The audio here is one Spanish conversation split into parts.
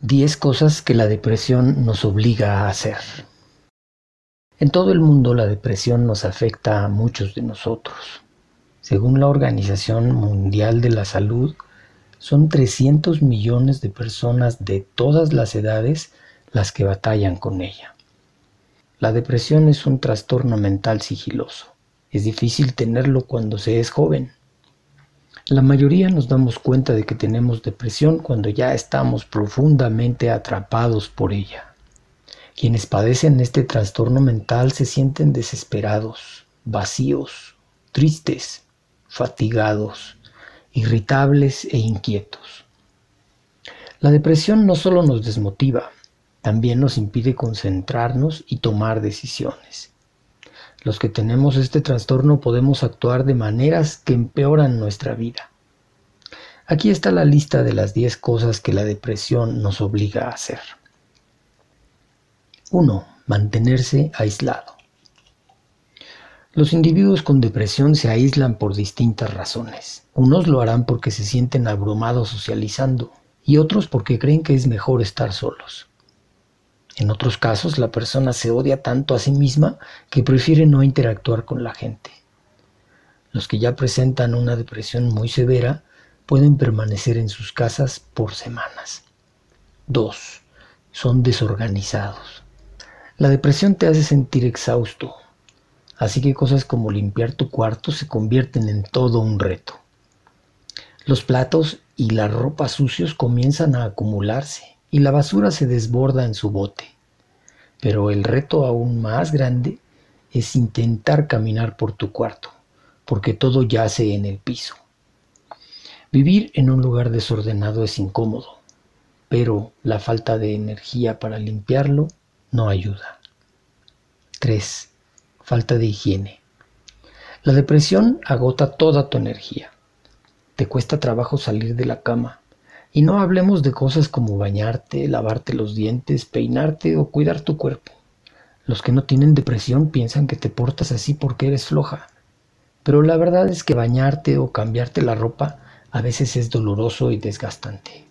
10 cosas que la depresión nos obliga a hacer. En todo el mundo la depresión nos afecta a muchos de nosotros. Según la Organización Mundial de la Salud, son 300 millones de personas de todas las edades las que batallan con ella. La depresión es un trastorno mental sigiloso. Es difícil tenerlo cuando se es joven. La mayoría nos damos cuenta de que tenemos depresión cuando ya estamos profundamente atrapados por ella. Quienes padecen este trastorno mental se sienten desesperados, vacíos, tristes, fatigados, irritables e inquietos. La depresión no solo nos desmotiva, también nos impide concentrarnos y tomar decisiones. Los que tenemos este trastorno podemos actuar de maneras que empeoran nuestra vida. Aquí está la lista de las 10 cosas que la depresión nos obliga a hacer. 1. Mantenerse aislado. Los individuos con depresión se aíslan por distintas razones. Unos lo harán porque se sienten abrumados socializando y otros porque creen que es mejor estar solos. En otros casos, la persona se odia tanto a sí misma que prefiere no interactuar con la gente. Los que ya presentan una depresión muy severa pueden permanecer en sus casas por semanas. 2. Son desorganizados. La depresión te hace sentir exhausto, así que cosas como limpiar tu cuarto se convierten en todo un reto. Los platos y la ropa sucios comienzan a acumularse y la basura se desborda en su bote. Pero el reto aún más grande es intentar caminar por tu cuarto, porque todo yace en el piso. Vivir en un lugar desordenado es incómodo, pero la falta de energía para limpiarlo no ayuda. 3. Falta de higiene. La depresión agota toda tu energía. Te cuesta trabajo salir de la cama. Y no hablemos de cosas como bañarte, lavarte los dientes, peinarte o cuidar tu cuerpo. Los que no tienen depresión piensan que te portas así porque eres floja. Pero la verdad es que bañarte o cambiarte la ropa a veces es doloroso y desgastante.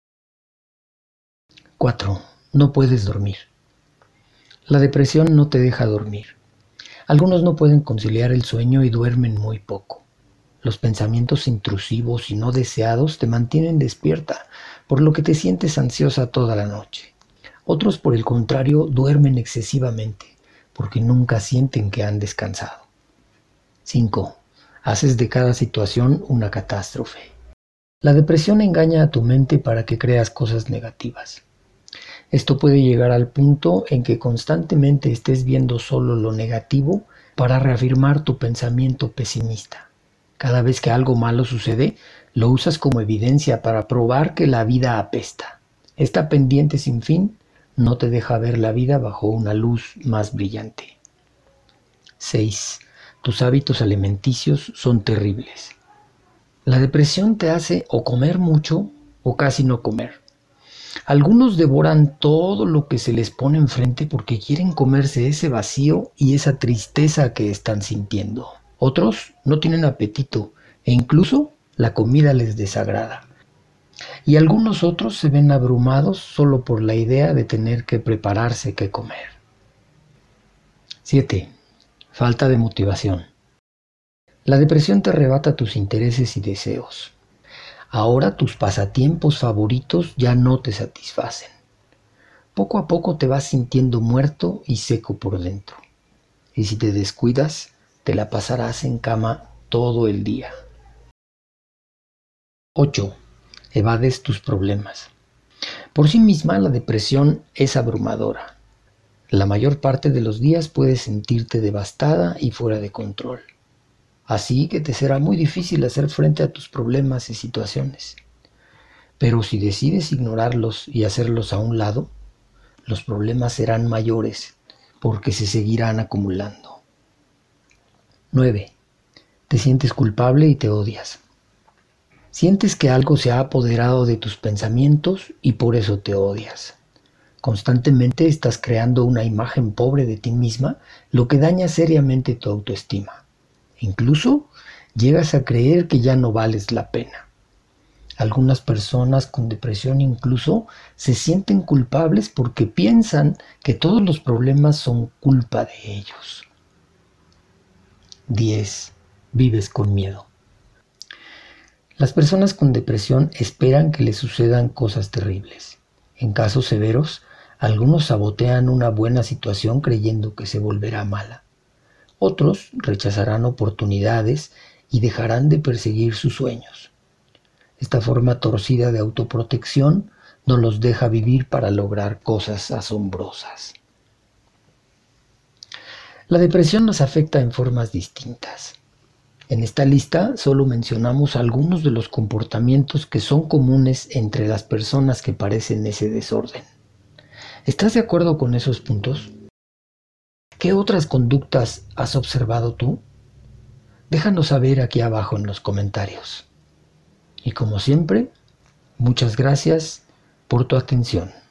4. No puedes dormir. La depresión no te deja dormir. Algunos no pueden conciliar el sueño y duermen muy poco. Los pensamientos intrusivos y no deseados te mantienen despierta, por lo que te sientes ansiosa toda la noche. Otros, por el contrario, duermen excesivamente, porque nunca sienten que han descansado. 5. Haces de cada situación una catástrofe. La depresión engaña a tu mente para que creas cosas negativas. Esto puede llegar al punto en que constantemente estés viendo solo lo negativo para reafirmar tu pensamiento pesimista. Cada vez que algo malo sucede, lo usas como evidencia para probar que la vida apesta. Esta pendiente sin fin no te deja ver la vida bajo una luz más brillante. 6. Tus hábitos alimenticios son terribles. La depresión te hace o comer mucho o casi no comer. Algunos devoran todo lo que se les pone enfrente porque quieren comerse ese vacío y esa tristeza que están sintiendo. Otros no tienen apetito e incluso la comida les desagrada. Y algunos otros se ven abrumados solo por la idea de tener que prepararse qué comer. 7. Falta de motivación. La depresión te arrebata tus intereses y deseos. Ahora tus pasatiempos favoritos ya no te satisfacen. Poco a poco te vas sintiendo muerto y seco por dentro. Y si te descuidas, te la pasarás en cama todo el día. 8. Evades tus problemas. Por sí misma la depresión es abrumadora. La mayor parte de los días puedes sentirte devastada y fuera de control. Así que te será muy difícil hacer frente a tus problemas y situaciones. Pero si decides ignorarlos y hacerlos a un lado, los problemas serán mayores porque se seguirán acumulando. 9. Te sientes culpable y te odias. Sientes que algo se ha apoderado de tus pensamientos y por eso te odias. Constantemente estás creando una imagen pobre de ti misma, lo que daña seriamente tu autoestima. Incluso llegas a creer que ya no vales la pena. Algunas personas con depresión incluso se sienten culpables porque piensan que todos los problemas son culpa de ellos. 10. Vives con miedo. Las personas con depresión esperan que les sucedan cosas terribles. En casos severos, algunos sabotean una buena situación creyendo que se volverá mala. Otros rechazarán oportunidades y dejarán de perseguir sus sueños. Esta forma torcida de autoprotección no los deja vivir para lograr cosas asombrosas. La depresión nos afecta en formas distintas. En esta lista solo mencionamos algunos de los comportamientos que son comunes entre las personas que padecen ese desorden. ¿Estás de acuerdo con esos puntos? ¿Qué otras conductas has observado tú? Déjanos saber aquí abajo en los comentarios. Y como siempre, muchas gracias por tu atención.